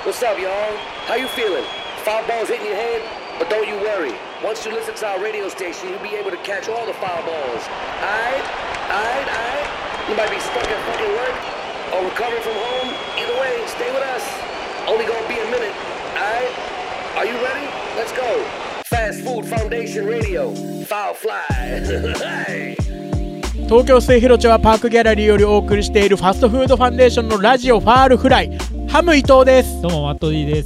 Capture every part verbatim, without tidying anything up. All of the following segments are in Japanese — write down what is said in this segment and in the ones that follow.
What's up, y'all? How you feeling? Foul balls hitting your head? But don't you worry. Once you listen to our radio station, you'll be able to catch all the foul balls. Alright? Alright? Alright? You might be stuck at fucking work or recovering from home. Either way, stay with us. Only gonna be a minute. Alright? Are you ready? Let's go. Fast Food Foundation Radio. Foul Fly. Hey! 東京末広町はパークギャラリーよりお送りしているファストフードファンデーションのラジオファールフライ、ハム伊藤です。 どうもマットディです。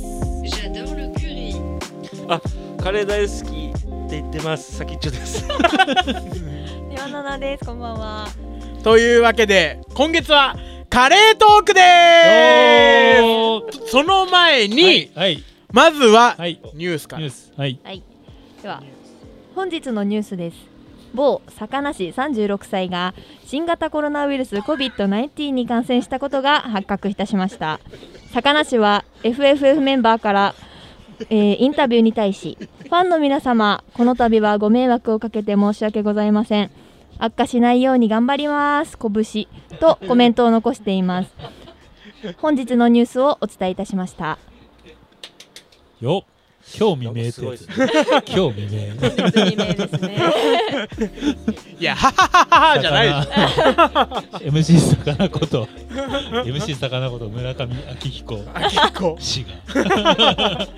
あ、カレー大好きって言ってます。先っちょです。 岩菜です。こんばんは。 というわけで今月はカレートークでーす。その前に、はいはい、まずは、はい、ニュースから。ニュース、 はいはい、では本日のニュースです。某坂梨市さんじゅうろくさいが新型コロナウイルス コビッドナインティーン に感染したことが発覚いたしました。坂梨市は エフエフエフ メンバーから、えー、インタビューに対し、ファンの皆様、この度はご迷惑をかけて申し訳ございません。悪化しないように頑張ります、拳とコメントを残しています。本日のニュースをお伝えいたしました。 よっ、今日未明ってやつ。今日未明。 本日未明ですね。 いや、ははははじゃないです。エムシー さかなこと エムシー さかなこと村上昭彦氏が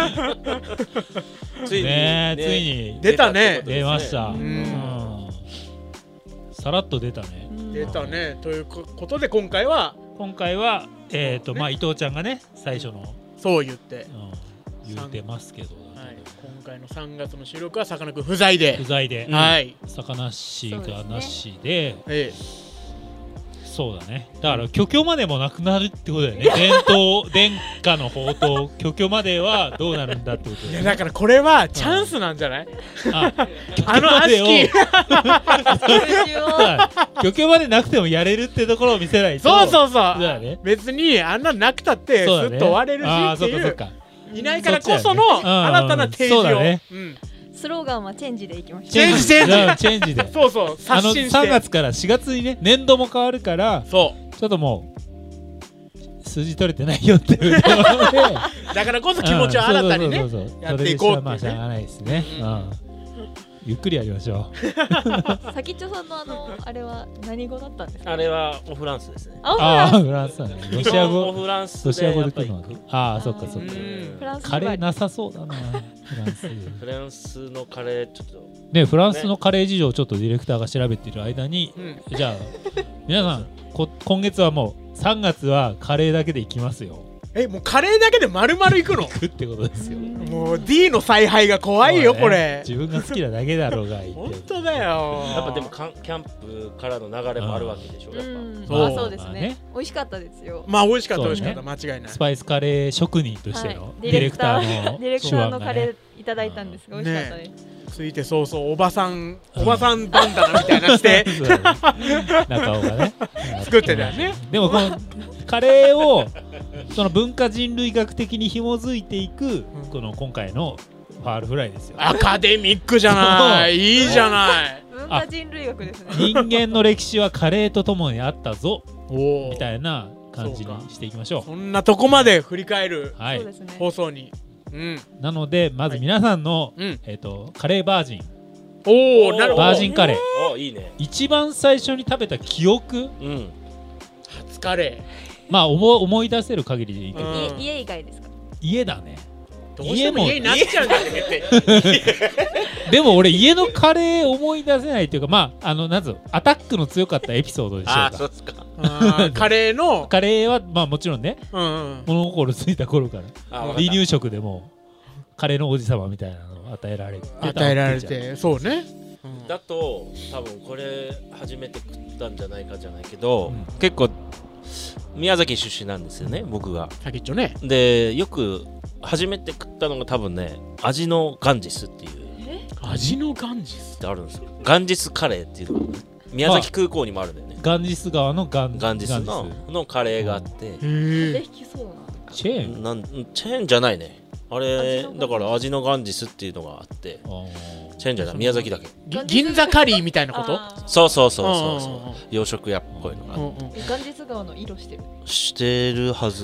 ついに、 ね、ついに出たね。 出ました。 うん、 さらっと出たね。 出たね。ということで今回は今回はえっとまあ伊藤ちゃんがね最初のそう言って。 うん、言ってますけど、 はい、今回のさんがつの収録はさかなクン不在で不在で、 はい、 坂梨がなしで、 そうですね、ええ、 そうだね。だから虚虚までもなくなるってことだよね。伝統殿下の宝刀虚虚まではどうなるんだってことだよね。 いやだからこれはチャンスなんじゃない？うん、あ, あの悪しき虚虚までなくてもやれるってところを見せないと。 そうそうそう、 そうだね、 別にあんななくたってすっと終われるしっていう、ね、いないからこその新たな提示を、ね、うん、 スローガンはチェンジでいきましょう。 チェンジチェンジチェンジでそうそう刷新して、あのさんがつからしがつにね年度も変わるから、 そうちょっともう数字取れてないよっていうところでだからこそ気持ちを新たにねやっていこうっていうね。それでしまあしゃあないですね、うんうん、ゆっくりやりましょう。先っちょさんのあのあれは何語だったんですか？ あれはオフランスですね。 ああフランスだね。ロシア語、 フランスロシア語で来るの。ああそっかそっか。カレーなさそうだな。フランス。 フランスのカレーちょっとね、フランスのカレー事情をちょっとディレクターが調べている間に、うん、じゃあ皆さんこ今月はもうさんがつはカレーだけでいきますよ。 え、もうカレーだけで丸々いくの？ いくってことですよ。 もう D の采配が怖いよ、ね、これ。 自分が好きなだけだろうがいいって。 本当だよ。 やっぱでもキャンプからの流れもあるわけでしょ。やっぱ。 うん、そう、そうですね。美味しかったですよ。 まあ美味しかった美味しかった、間違いない。 スパイスカレー職人としての、はい、ディレクターのディレクターのカレーいただいたんですが美味しかったです。ね、 ついてそうそうおばさんおばさんバンダナみたいなして中尾がね作ってたよね。 でもこのカレーをその文化人類学的に紐づいていくこの今回のファールフライですよ。 アカデミックじゃない。いいじゃない。 文化人類学ですね。 人間の歴史はカレーとともにあったぞみたいな感じにしていきましょう。 そ, そんなとこまで振り返る、 はい、 放送に、うん、 なのでまず皆さんの、はい、えーとカレーバージン、 おー、なるほど、 バージンカレー、 えー、いいね。 一番最初に食べた記憶、うん、 初カレー、 まあ思思い出せる限りでいいけど、 うん、家以外ですか？ 家だね。 どうしても家になっちゃうんだよね。 でも俺家のカレー思い出せないっていうか、まああのなんつうアタックの強かったエピソードでしょうか。 あ、そうっすか。 カレーのカレーはまあもちろんね、 うんうん、 物心ついた頃から離乳食でもカレーの王子様みたいなのを与えられて与えられて、そうね、 うん、だと多分これ初めて食ったんじゃないかじゃないけど、うん、結構宮崎出身なんですよね、僕が。 先っちょね。 でよく初めて食ったのが多分ね、味のガンジスっていう。 味のガンジスってあるんですよ。ガンジスカレーっていうのが宮崎空港にもあるんだよね。 ガンジス川のガンガンジス の, のカレーがあって、 へえ、 チェーンなんチェーンじゃないね。あれだから味のガンジスっていうのがあって、チェーンじゃない、宮崎だけ。 銀座カリーみたいなこと？ そうそうそうそうそう、洋食屋っぽいのがあって。 ガンジス川の色してる？ してるはず。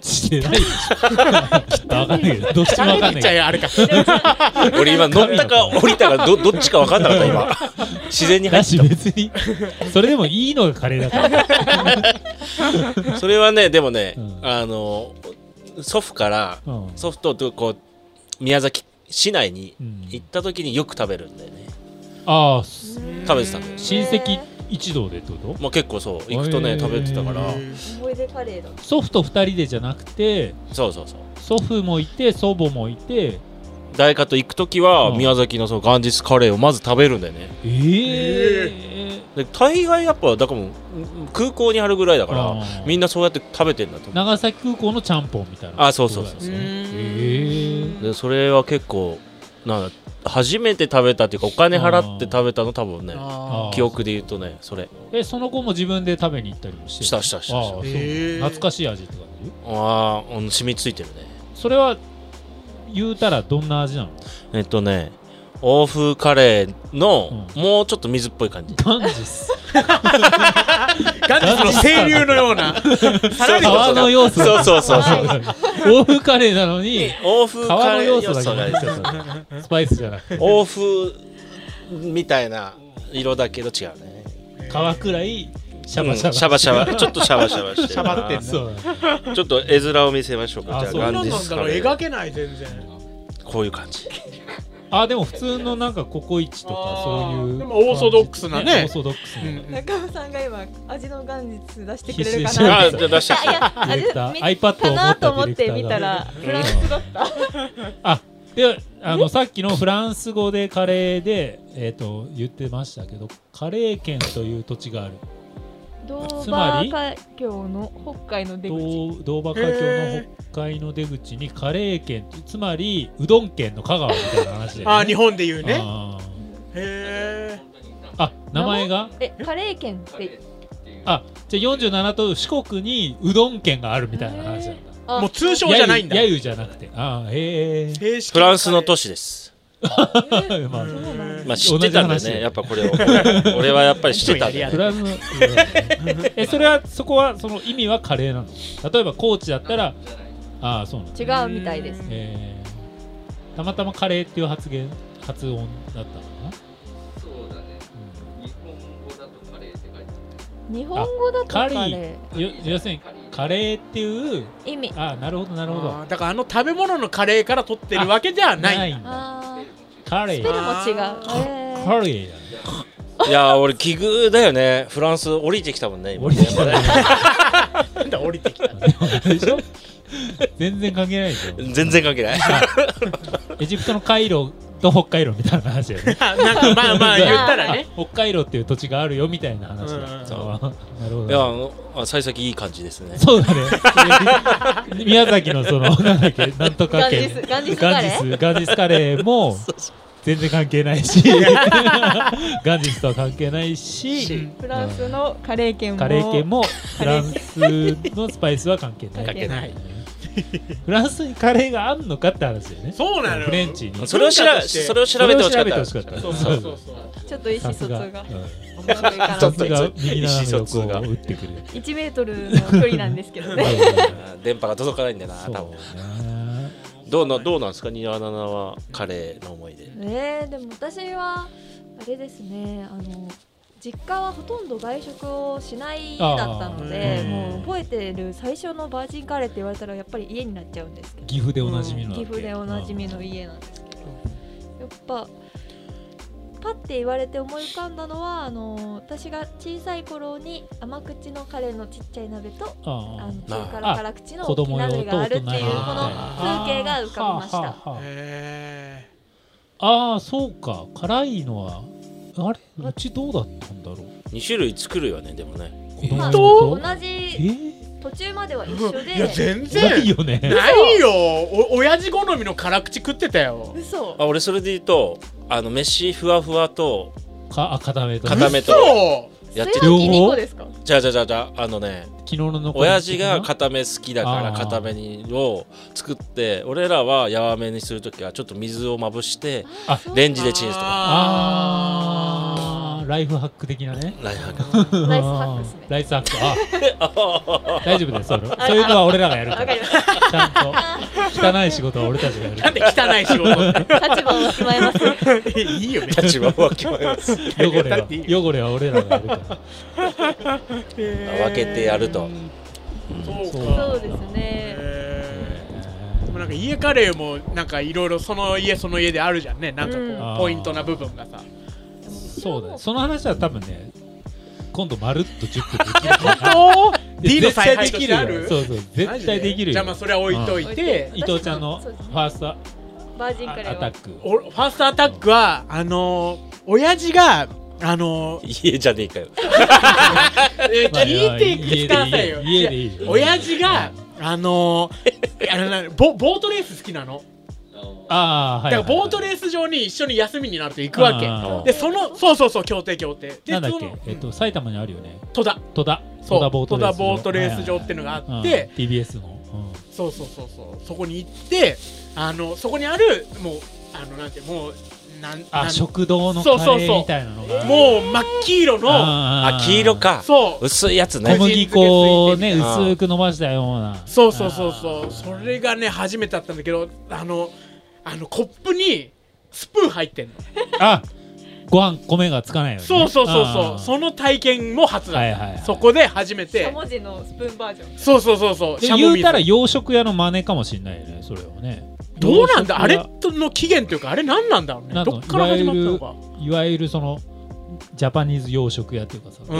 してないでしょきっと分かんないけどどっちも分かんないけどあれか俺今乗ったか降りたか ど, どっちか分かんなかった今自然に入だしって別にそれでもいいのがカレーだからたそれはねでもね、 うん、 あの祖父から、うん、祖父とこう宮崎市内に行った時によく食べるんだよね、 うん、ああ食べてたんだよ親戚一同でってこと？ まあ結構そう行くとね食べてたから思い出カレーだ。 祖父と二人でじゃなくてそうそうそう祖父もいて祖母もいて誰かと行くときは、うん、宮崎のその元日カレーをまず食べるんだよね。 えー、 で大概やっぱだからもう空港にあるぐらいだからみんなそうやって食べてんだと思う。 長崎空港のちゃんぽんみたいな。 あそうそうそうそう、えー、でそれは結構なんだ初めて食べたっていうかお金払って食べたの多分ね記憶で言うとねそれ。 えその後も自分で食べに行ったりもしてしたしたしたした。 懐かしい味って感じ？ ああ染みついてるね。 それは言うたらどんな味なの？ えっとね欧風カレーの、うん、もうちょっと水っぽい感じ。 ガンジスガンジスの清流のような川の要素。 そうそうそうそう欧風カレーなのに欧風カレー川の要素だけスパイスじゃなくて欧風みたいな色だけど違うね。 川くらいシャバシャバ、 うん、シャバシャバちょっとシャバシャバしてる。 シャバってんの。 ちょっと絵面を見せましょうか。 あじゃあガンジスカレー描けない全然。 こういう感じ。 あでも普通のなんかココイチとかそういうでもオーソドックスなね。 オーソドックスな、うん、 中尾さんが今味の元日出してくれるかなって。 あ出しちゃった。 いや味 iPad を持ったディレクターがと思って見たらフランスだった。 あであのさっきのフランス語でカレーでえっ、ー、と言ってましたけどカレー県という土地がある。 ドーバー海峡の北海の出口。 ドーバー海峡の北海の出口にカレー県つまりうどん県の香川みたいな話で、ね、 あ日本で言うね。 あへえ。 あ名前がえカレー県ってあじゃあよんじゅうななと四国にうどん県があるみたいな話なんだ。 もう通称じゃないんだ。 やゆじゃなくてあへえフランスの都市です。 まあ、 まあ知ってたんだよねやっぱこれを俺はやっぱり知ってたんだよね。 えそれはそこはその意味はカレーなの？例えば高知だったらああそうなの違うみたいです、 えー、たまたまカレーっていう発言発音だったのかな。 そうだね、うん、日本語だとカレーって書いてある。 日本語だとカレー要するにカレーっていう意味。 あなるほどなるほど。 だからあの食べ物のカレーから取ってるわけじゃない。 ないんだ。カレースペルも違う。 カレーだね。 いや俺奇遇だよね。フランス降りてきたもんね。 降りてきたね。 なんだ降りてきた。 でしょ全然関係ないでしょ。 全然関係ない。 エジプトのカイロと北海道みたいな話だよね。 なんかまあまあ言ったらね。 北海道っていう土地があるよみたいな話だ。なるほど。 いやあの幸先いい感じですね。 そうだね。宮崎のそのなんだっけなんとか県ガンジスカレーガンジスカレーも全然関係ないしガンジスとは関係ないしフランスのカレー県もカレー県もフランスのスパイスは関係ない。 関係ない。 フランスにカレーがあんのかって話だよね。 そうなのよ。 フレンチにそれを調べそれを調べてほしかった。 そうそうそうそう。 ちょっと意思疎通が。 ちょっと右斜めをこう打ってくる。 いちメートルの距離なんですけどね。 電波が届かないんだな多分。どうなどうなんですかにわななはカレーの思い出。 えー、でも私はあれですねあの。実家はほとんど外食をしないだったのでもう覚えてる最初のバージンカレーって言われたらやっぱり家になっちゃうんですけど岐阜でおなじみの、 うん、岐阜でおなじみの家なんですけどやっぱパッて言われて思い浮かんだのはあの私が小さい頃に甘口のカレーのちっちゃい鍋とあの中辛辛口の大きな鍋があるっていうこの風景が浮かびました。 へーああそうか辛いのはあれうちどうだったんだろう。 に種類作るよねでもね。 まあ、同じ途中までは一緒で。 いや全然ないよね。 ないよ。お親父好みの辛口食ってたよ。 嘘。 あ俺それで言うとあの飯ふわふわとかあ固めと固めとやってる。それはにこですか。 じゃあじゃあじゃあじゃああのね昨日の残り親父が固め好きだから固めにを作って俺らはやわめにするときはちょっと水をまぶしてレンジでチンすとか。 あああライフハック的なね。 ライフハックライスハックですね。 ライスハック。あ大丈夫です。そういうのは俺らがやるから。ちゃんと汚い仕事は俺たちがやる。 なんで汚い仕事立場をわきまえます。 いいよね。 立場は決まります。 汚れは汚れは俺らがやるから。 分けてやると。 そうそうですね。 でもなんか家カレーもなんかいろいろその家その家であるじゃんね。なんかこうポイントな部分がさ。 そうだ。その話は多分ね。今度まるっとじゅっぷんできる。 本当 ？D の采配としてある？ そうそう絶対できるよ。 じゃあまあそれは置いといて、 伊藤ちゃんのファーストバージンカレーアタック。 ファーストアタックはあの親父があの家じゃねえかよ。 聞いてくださいよ。 家でいい。 親父があのあのボボートレース好きなの。 ああ、はい、 だからボートレース場に一緒に休みになると行くわけで、そのそうそうそう協定協定で、 なんだっけ、えっと埼玉にあるよね。 戸田戸田戸田ボートレース場っていうのがあって、 ティービーエス の、 そうそうそうそうそこに行って、あのそこにあるもうあのなんてもうなんあ食堂のカレーみたいなのがもう真っ黄色のあ黄色かそう薄いやつね。 小麦粉をね薄く伸ばしたような。 そうそうそうそうそれがね初めてだったんだけど、あのあのコップにスプーン入ってんの。 あご飯米がつかないよね。 そうそうそうそうその体験も初だった、はいはいはい、そこで初めてしゃもじのスプーンバージョン。 そうそうそうそう言うたら洋食屋の真似かもしれないよねそれはね。 どうなんだあれの起源というかあれ何なんだろうね。どっから始まったのか。 いわゆるそのジャパニーズ洋食屋っていうかさ、 うん、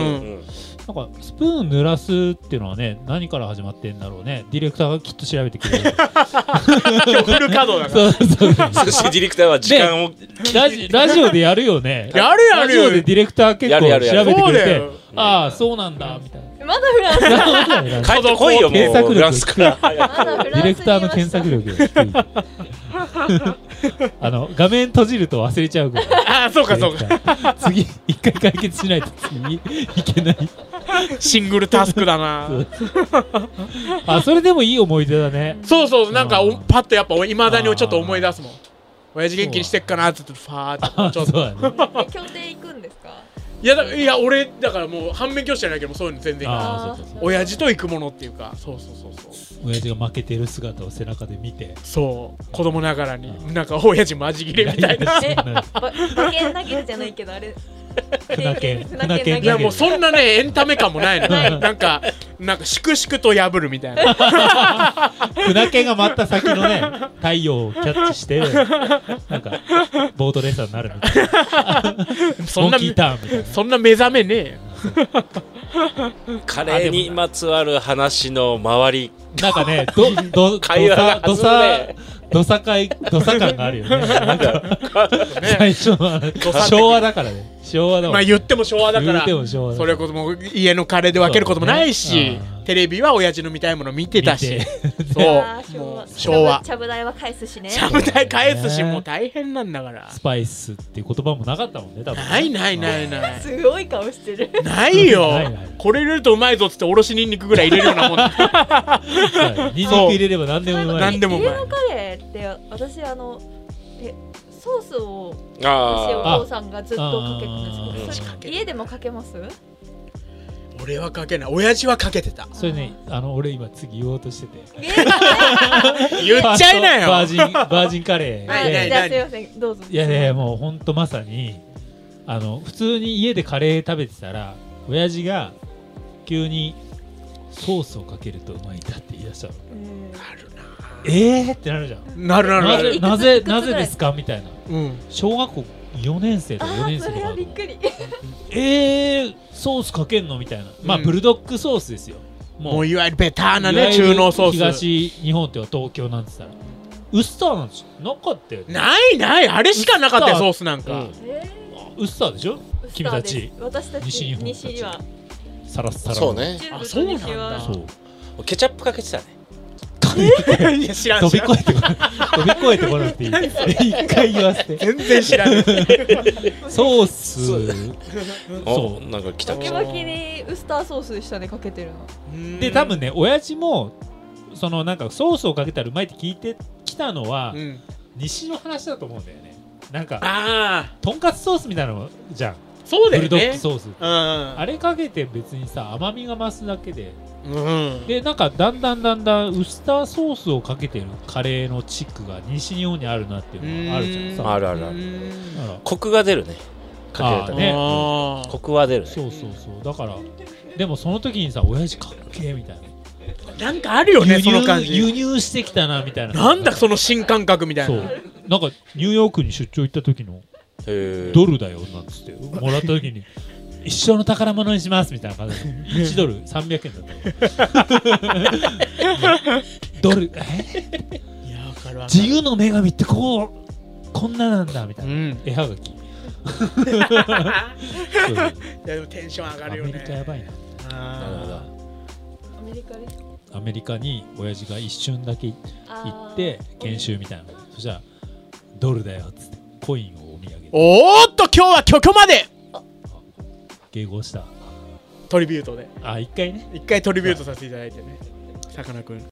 なんかスプーン濡らすっていうのはね何から始まってんだろうね。ディレクターがきっと調べてくれる。 今日フル稼働だから。 そうそうそうそしてディレクターは時間をラジラジオでやるよね。 やるやるラジオでディレクター結構調べてくれて、ああそうなんだみたいな。 まだフランス帰ってこいよもう検索力から。 ディレクターの検索力が低い。あの画面閉じると忘れちゃうから。 ああそうかそうか。 次一回解決しないと次いけない。 シングルタスクだな。 あそれでもいい思い出だね。 そうそうなんかパッとやっぱいまだにちょっと思い出すもん。親父元気にしてっかなって言ってファーってちょっと。 そうだね。 協定行くんですか。 いやだいや俺だからもう反面教師じゃないけどそういうの全然あそうそうそう親父と行くものっていうかそうそうそうそう親父が負けてる姿を背中で見てそう子供ながらになんか親父マジ切れみたいな。 え馬券投げるじゃないけどあれ船券船券いやもうそんなねエンタメ感もないの。なんかなんか粛々と破るみたいな。 船券が待った先のね太陽をキャッチしてなんかボートレーサーになるみたいな。 そんなモンキーターンみたいな。 そんな目覚めねえよ。 カレーにまつわる話の周りなんかねどど会話がどさどさかいどさ感があるよね。なんか最初の昭和だからね。昭和だもん。 まあ言っても昭和だから言っても昭和だそれこそもう家のカレーで分けることもないし、テレビは親父の見たいもの見てたしそうもう昭和ちゃぶ台は返すしね。 ちゃぶ台返すしもう大変なんだから。 スパイスっていう言葉もなかったもんね多分ね。 ないないないないすごい顔してる。 ないよないないこれ入れるとうまいぞっつっておろしニンニクぐらい入れるようなもん。 ニンニク入れれば何でもうまい。 何でもうまい。 家のカレーって私あのえソースを私あお父さんがずっとかけてるんですけど、それ家でもかけます？ 俺はかけない。親父はかけてた。 それねあの俺今次言おうとしてて言っちゃいなよ。 バージンバージンカレーはいはいじゃあすいませんどうぞ。 いやねもうほんとまさにあの普通に家でカレー食べてたら親父が急にソースをかけるとうまいんだって言い出したの。 なるな。 えーってなるじゃん。 なるなるななる。 ぜなぜなぜですかみたいな。 うん。 小学校よねん生とかよねん生とかあーそれはびっくり。 えーソースかけんのみたいな。まあブルドックソースですよ。 もういわゆるベターないねわゆる中濃ソース。 東日本っては東京なんて言ったらウスターなんてなかったよね。 ないないあれしかなかったよソースなんか。 えウスターでしょー君たち私たち西日本たち西はサラッサラのそうねあそうなんだそうケチャップかけてたね。 いや知らん飛び知らん越えてこない飛び越えてこなくていい一回言わせて全然知らん。 ソースおそうなんか来たバキバキにウスターソースでしたねかけてるの。 で多分ね親父もそのなんかソースをかけたらうまいって聞いてきたのは、 うん西の話だと思うんだよね。なんかあとんかつソースみたいなのじゃんそうだよね。 ブルドックソース、 うん、 あれかけて別にさ甘みが増すだけで、 うん、 でなんかだんだんだんだんウスターソースをかけてるカレーのチックが西日本にあるなっていうのがあるじゃんさ。 あるあるある。 うんコクが出るね。かけるとね。 あーコクは出るね。 そうそうそうだからでもその時にさ親父かっけえみたいな、 なんかあるよね、 輸その入感じ。 輸入してきたなみたいな。 なんだその新感覚みたいな。 そうなんかニューヨークに出張行った時のへードルだよなんつってもらった時に一生の宝物にしますみたいな感じでいちドルさんびゃくえんだったドルえいやわかるわかる。 自由の女神ってこうこんななんだみたいな、 うん絵はがきいやでもテンション上がるよね。 アメリカやばいな。 あーなるほど。 アメリカですか。 アメリカに親父が一瞬だけ行って研修みたいな。そしたらドルだよっつってコインをお土産でおーっと今日はここまで迎合した。 トリビュートであ一回ね一回トリビュートさせていただいてね、さかなクン。